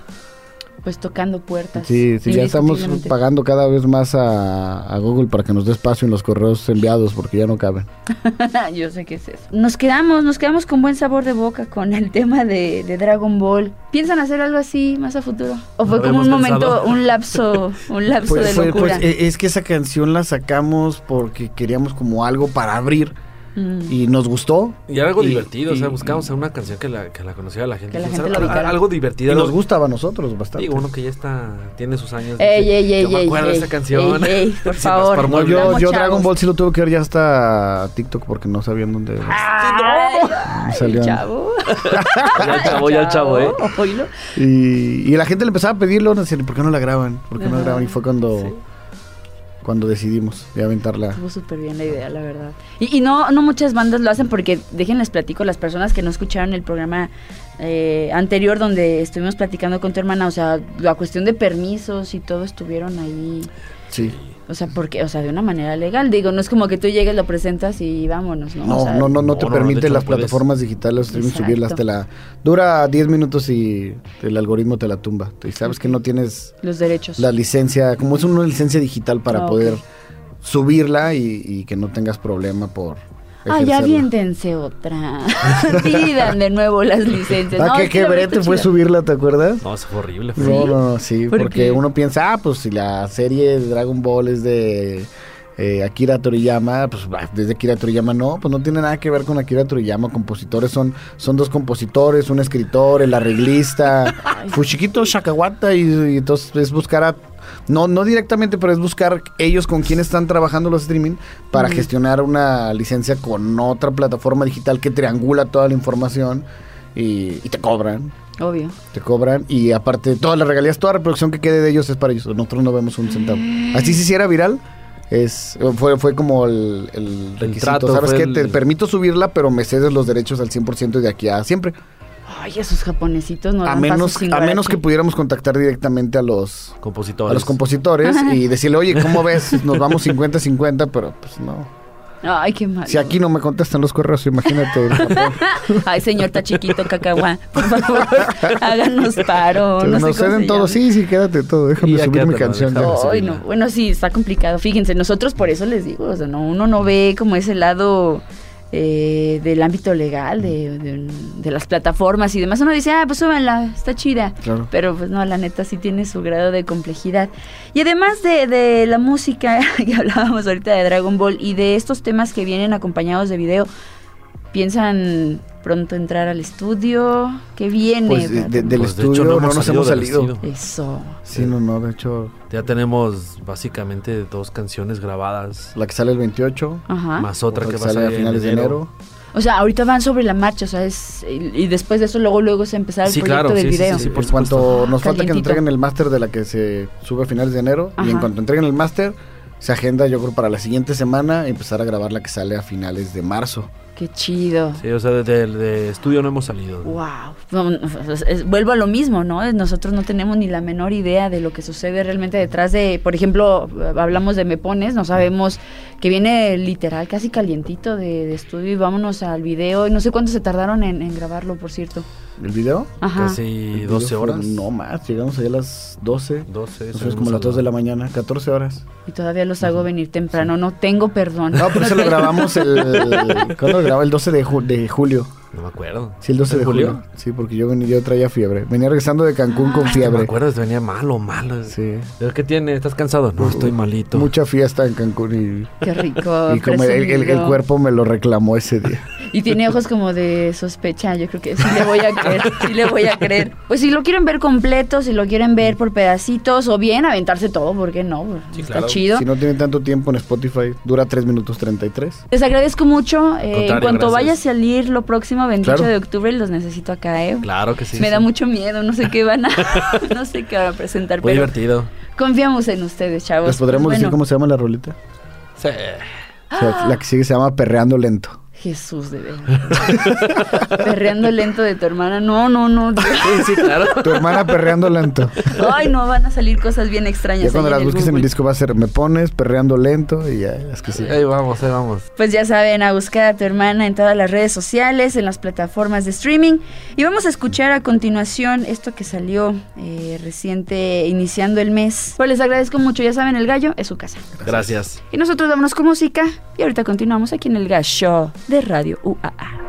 Pues tocando puertas. Sí, sí, ya estamos pagando cada vez más a, a Google para que nos dé espacio en los correos enviados, porque ya no caben. Yo sé qué es eso. Nos quedamos, nos quedamos con buen sabor de boca con el tema de, de Dragon Ball. ¿Piensan hacer algo así más a futuro? ¿O fue no como un momento, pensado. un lapso, un lapso pues, de fue, locura? Pues, es que esa canción la sacamos porque queríamos como algo para abrir. Mm. Y nos gustó. Y algo y, divertido, y, o sea, buscamos una canción que la, que la conociera la gente. Que la gente o sea, lo algo, algo divertido. Y nos gustaba a nosotros bastante. Digo, uno que ya está, tiene sus años. Ey, ey, ey, yo me ey, acuerdo de ey, esa canción. Ey, ey, por favor. No, yo yo Dragon Ball sí lo tuve que ver ya hasta TikTok porque no sabían dónde. Ay, ay, salió. Chavo. Ya el chavo, ya el chavo, ¿eh? Y, y la gente le empezaba a pedirlo, decir, ¿por qué no la graban? ¿Por qué no la graban? Y fue cuando... Sí. Cuando decidimos de aventarla. Estuvo súper bien la idea, la verdad. Y, y no no muchas bandas lo hacen porque, déjenles platico, las personas que no escucharon el programa eh, anterior donde estuvimos platicando con tu hermana, o sea, la cuestión de permisos y todo estuvieron ahí. Sí. O sea, porque, o sea, de una manera legal, digo, no es como que tú llegues, lo presentas y vámonos, ¿no? No, o sea, no, no, no te no, permite no, las puedes. plataformas digitales streaming subirlas, te la dura diez minutos y el algoritmo te la tumba. Y sabes okay. que no tienes los derechos. La licencia, como es una licencia digital para oh, poder okay. subirla y, y que no tengas problema por Ah, ya aviéntense otra. Pidan de nuevo las licencias. Ah, no, que qué brete fue subirla, ¿te acuerdas? No, eso fue horrible. Fue. No, no, no, sí, ¿Por porque qué? uno piensa, ah, pues si la serie de Dragon Ball es de eh, Akira Toriyama, pues desde Akira Toriyama no, pues no tiene nada que ver con Akira Toriyama. Compositores son, son dos compositores, un escritor, el arreglista, Fushikito Shakawata, y, y entonces es buscar a No, no directamente, pero es buscar ellos con quién están trabajando los streaming para uh-huh. gestionar una licencia con otra plataforma digital que triangula toda la información y, y te cobran. Obvio. Te cobran y aparte todas las regalías, toda reproducción que quede de ellos es para ellos. Nosotros no vemos un centavo. Así si hiciera viral, es fue fue como el, el requisito. El trato, ¿sabes qué? El... Te permito subirla, pero me cedes los derechos al cien por ciento de aquí a siempre. Ay, esos japonesitos no a dan menos paso a menos que pudiéramos contactar directamente a los compositores, a los compositores y decirle, oye, ¿cómo ves? Nos vamos cincuenta cincuenta, pero pues no. Ay, qué mal. Si aquí no me contestan los correos, imagínate. Ay, señor, está chiquito, cacahuá. Por favor, háganos paro. Entonces, no nos sé cómo ceden se todo. llama. Sí, sí, quédate todo. Déjame Ya, subir mi quédate, canción. déjame ya. Ay, no. Bueno, sí, está complicado. Fíjense, nosotros por eso les digo, o sea, no, uno no ve como ese lado eh, del ámbito legal, de, de, de las plataformas y demás. Uno dice, ah, pues súbanla, está chida. Claro. Pero pues no, la neta sí tiene su grado de complejidad. Y además de, de la música que hablábamos ahorita de Dragon Ball y de estos temas que vienen acompañados de video, ¿piensan pronto entrar al estudio? ¿Qué viene? Pues de- de- del Pues, de estudio hecho, no, hemos nos salido hemos del salido. estudio. Eso. Sí, no, no, de hecho, Ya tenemos básicamente dos canciones grabadas. la que sale el veintiocho, Ajá. Más otra que va a sale a salir finales en de enero. O sea, ahorita van sobre la marcha, o sea, es, y, y después de eso luego luego se empezará el Sí, proyecto claro, del sí, sí, video. sí, sí, por En cuanto supuesto. nos falta que Calientito. entreguen el máster de la que se sube a finales de enero, y en Ajá. cuanto entreguen el máster, se agenda yo creo para la siguiente semana empezar a grabar la que sale a finales de marzo. Qué chido. Sí, o sea, de, de estudio no hemos salido. Wow. No, no, es- es- vuelvo a lo mismo, ¿no? Nosotros no tenemos ni la menor idea de lo que sucede realmente detrás de, por ejemplo, hablamos de Me Pones, no sabemos que viene literal casi calientito de, de estudio y vámonos al video. Y no sé cuánto se tardaron en, en grabarlo, por cierto. ¿El video? Ajá. Casi El video doce fue- horas. No más, llegamos allá a las doce. doce. Eso es como las dos de la mañana, catorce horas. Y todavía los hago venir temprano, no tengo perdón. No, pero eso lo grabamos el... ¿Cuándo lo grababa? El doce de, ju- de julio. No me acuerdo. Sí, el doce de julio? julio? Sí, porque yo, venía, yo traía fiebre. Venía regresando de Cancún con No me fiebre. acuerdo, venía malo, malo. Sí. ¿Qué tiene? ¿Estás cansado? No, estoy malito. Mucha fiesta en Cancún y... Qué rico. Y como el, el- el presumido. cuerpo me lo reclamó ese día. Y tiene ojos como de sospecha, yo creo que sí le voy a creer, sí le voy a creer. Pues si lo quieren ver completo, si lo quieren ver por pedacitos o bien aventarse todo, ¿por qué no? Sí, Está claro. chido. Si no tienen tanto tiempo en Spotify, dura tres minutos treinta y tres. Les agradezco mucho. eh, en Contrario, cuanto gracias. vaya a salir lo próximo, veintiocho Claro. de octubre, los necesito acá, ¿eh? Claro que sí. Me sí. da mucho miedo, no sé qué van a, no sé qué van a presentar, Muy pero divertido. confiamos en ustedes, chavos. ¿Les podremos Pues decir bueno, cómo se llama la rolita? Sí. O sea, la que sigue se llama Perreando Lento. Jesús de veras. Perreando lento de tu hermana. No, no, no. Dios. Sí, sí, claro. Tu hermana Perreando Lento. Ay, no, van a salir cosas bien extrañas. Ya cuando ahí las en el busques en el Google. disco va a ser Me Pones, Perreando Lento y ya, es que sí. Ahí vamos, ahí vamos. Pues ya saben, a buscar a tu hermana en todas las redes sociales, en las plataformas de streaming. Y vamos a escuchar a continuación esto que salió eh, reciente, iniciando el mes. Pues les agradezco mucho, ya saben, el gallo es su casa. Gracias. Y nosotros vámonos con música y ahorita continuamos aquí en el Gallo Show de Radio U A A.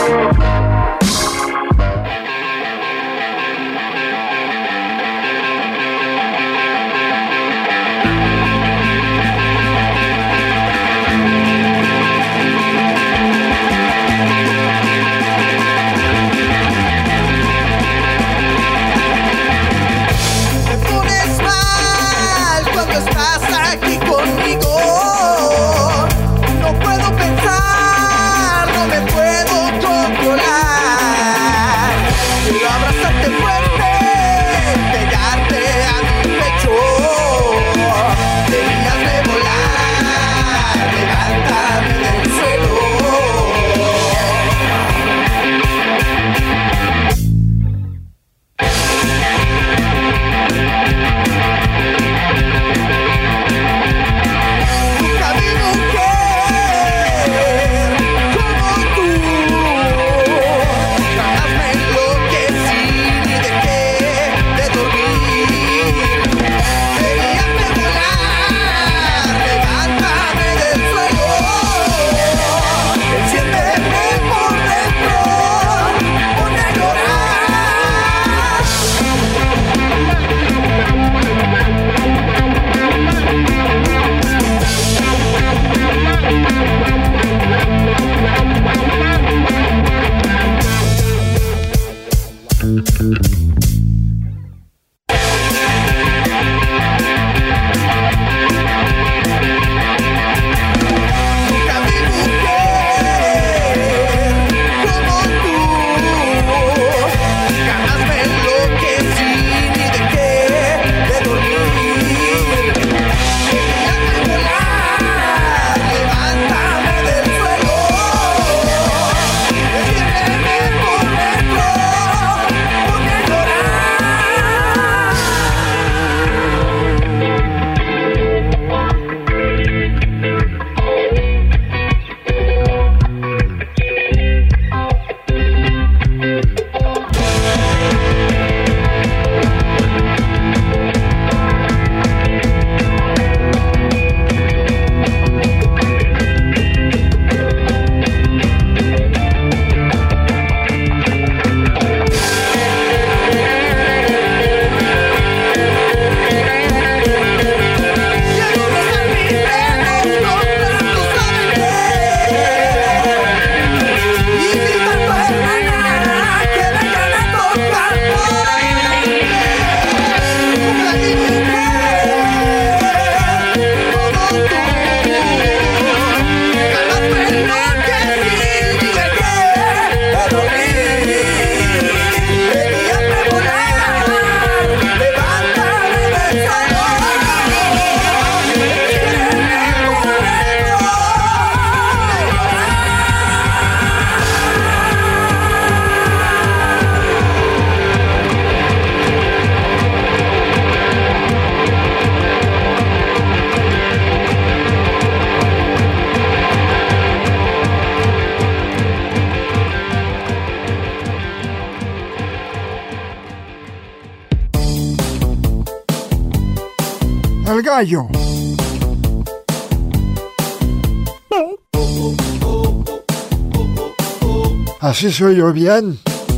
Me pones mal cuando estás aquí conmigo. No puedo pensar, no me puedo controlar. gallo. ¿Así soy yo bien?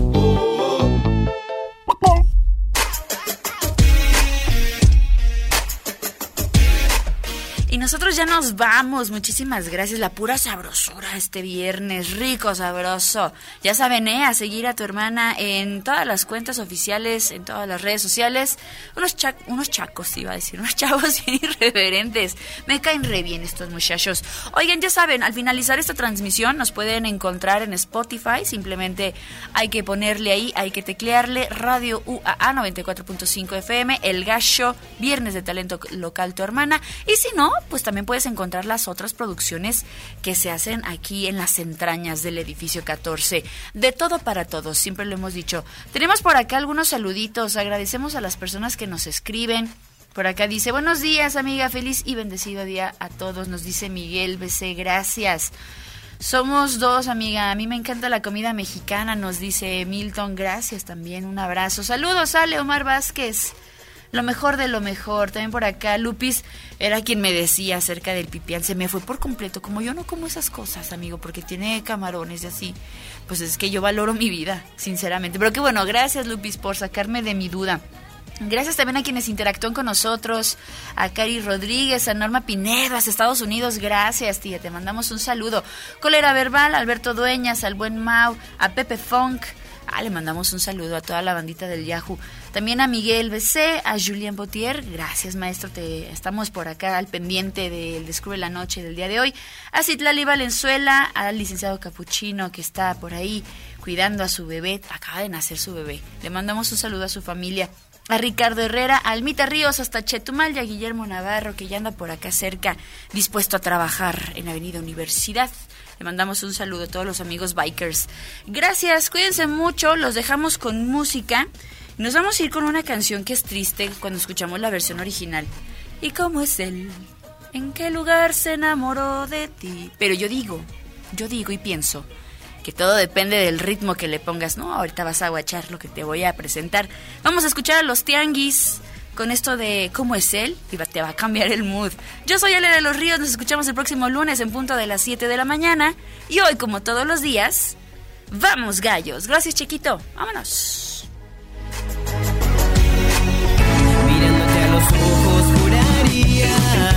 Y nosotros ya nos vamos. Muchísimas gracias. La pura sabrosura este viernes. Rico, sabroso. Ya saben, ¿eh? A seguir a tu hermana en todas las cuentas oficiales, en todas las redes sociales. Unos, cha- unos chacos, iba a decir. Unos chavos bien irreverentes. Me caen re bien estos muchachos. Oigan, ya saben, al finalizar esta transmisión nos pueden encontrar en Spotify. Simplemente hay que ponerle ahí, hay que teclearle Radio U A A noventa y cuatro punto cinco F M, El Gallo, Viernes de Talento Local tu hermana. Y si no, pues también puedes encontrar las otras producciones que se hacen aquí en las entrañas del edificio catorce. De todo para todos, siempre lo hemos dicho. Tenemos por acá algunos saluditos, agradecemos a las personas que nos escriben. Por acá dice, buenos días amiga, feliz y bendecido día a todos, nos dice Miguel B C, gracias. Somos dos, amiga, a mí me encanta la comida mexicana, nos dice Milton, gracias también, un abrazo. Saludos, Ale, Omar Vázquez. Lo mejor de lo mejor. También por acá, Lupis era quien me decía acerca del pipián. Se me fue por completo. Como yo no como esas cosas, amigo, porque tiene camarones y así, pues es que yo valoro mi vida, sinceramente. Pero qué bueno, gracias, Lupis, por sacarme de mi duda. Gracias también a quienes interactúan con nosotros, a Cari Rodríguez, a Norma Pinedo, hasta Estados Unidos, gracias, tía, te mandamos un saludo. Cólera Verbal, Alberto Dueñas, al buen Mau, a Pepe Funk. Ah, le mandamos un saludo a toda la bandita del Yahoo. También a Miguel B C, a Julián Botier. Gracias, maestro. Te estamos por acá al pendiente del Descubre la Noche del día de hoy. A Citlali Valenzuela, al licenciado Capuchino, que está por ahí cuidando a su bebé. Acaba de nacer su bebé. Le mandamos un saludo a su familia. A Ricardo Herrera, a Almita Ríos, hasta Chetumal, y a Guillermo Navarro, que ya anda por acá cerca, dispuesto a trabajar en Avenida Universidad. Le mandamos un saludo a todos los amigos bikers. Gracias, cuídense mucho, los dejamos con música. Nos vamos a ir con una canción que es triste cuando escuchamos la versión original. ¿Y cómo es él? ¿En qué lugar se enamoró de ti? Pero yo digo, yo digo y pienso que todo depende del ritmo que le pongas. No, ahorita vas a guachar lo que te voy a presentar. Vamos a escuchar a los Tianguis con esto de ¿cómo es él? Y te va a cambiar el mood. Yo soy Ale de los Ríos, nos escuchamos el próximo lunes en punto de las siete de la mañana. Y hoy, como todos los días, ¡vamos gallos! Gracias, chiquito. Vámonos. Mirándote a los ojos juraría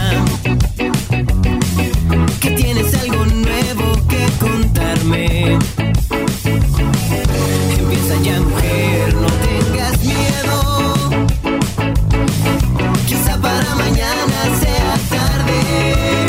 que tienes algo nuevo que contarme. Empieza ya, mujer, no tengas miedo. Quizá para mañana sea tarde.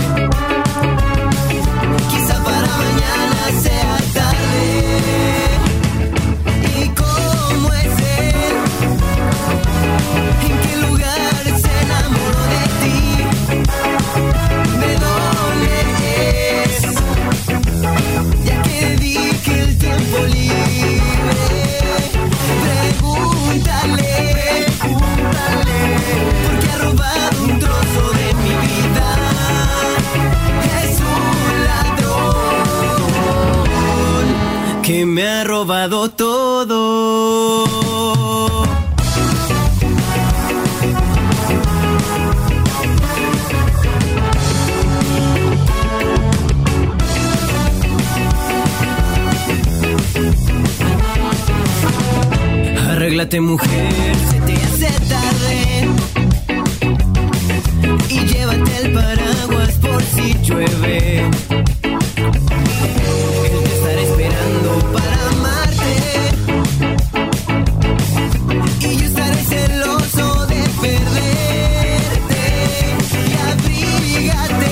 Quizá para mañana sea tarde. ¿Y cómo es él? ¿En qué lugar se enamoró de ti? ¿De dónde es? Ya que di que el tiempo libre. Pregúntale, pregúntale, porque ha robado un trozo de mi vida. Es un ladrón que me ha robado todo. Arréglate, mujer, se te hace tarde. Y llévate el paraguas por si llueve. Él te estará esperando para amarte. Y yo estaré celoso de perderte. Y abrígate.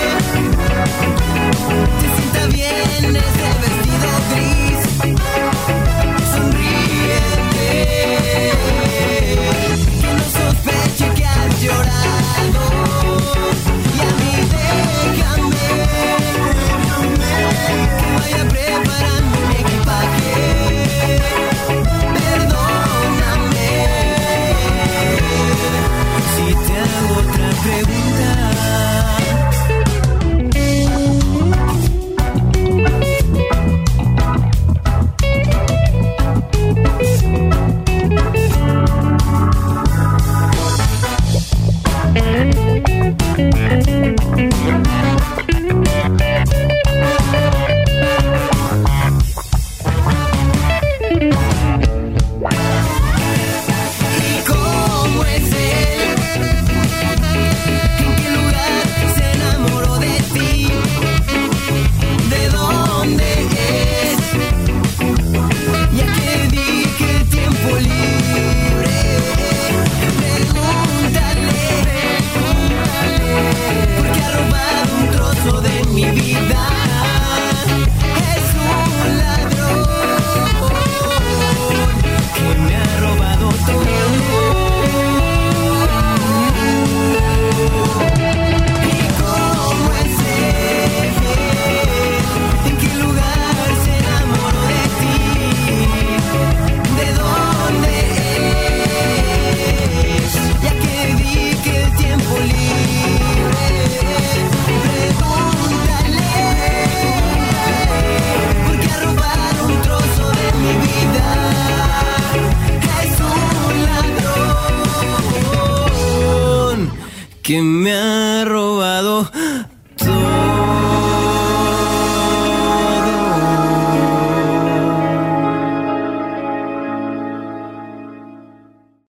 Te sienta bien ese vestido gris. Que no sospeche que has llorado. Y a mí déjame que me